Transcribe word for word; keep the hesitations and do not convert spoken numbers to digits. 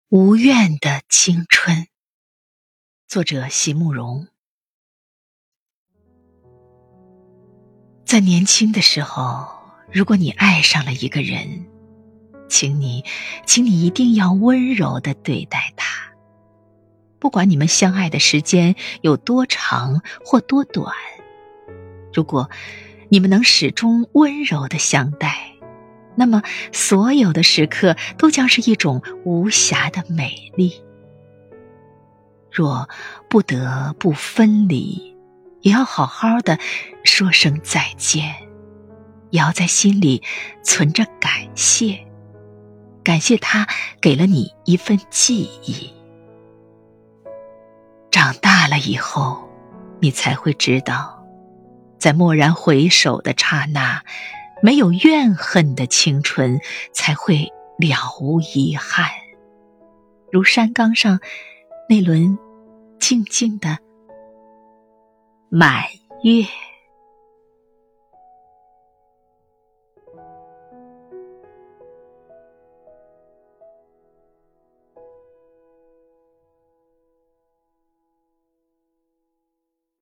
无怨的青春，作者席慕容。在年轻的时候，如果你爱上了一个人，请你请你一定要温柔地对待他。不管你们相爱的时间有多长或多短，如果你们能始终温柔地相待，那么所有的时刻都将是一种无瑕的美丽。若不得不分离，也要好好的说声再见，也要在心里存着感谢，感谢他给了你一份记忆。长大了以后，你才会知道，在蓦然回首的刹那，没有怨恨的青春才会了无遗憾，如山岗上那轮静静的满月。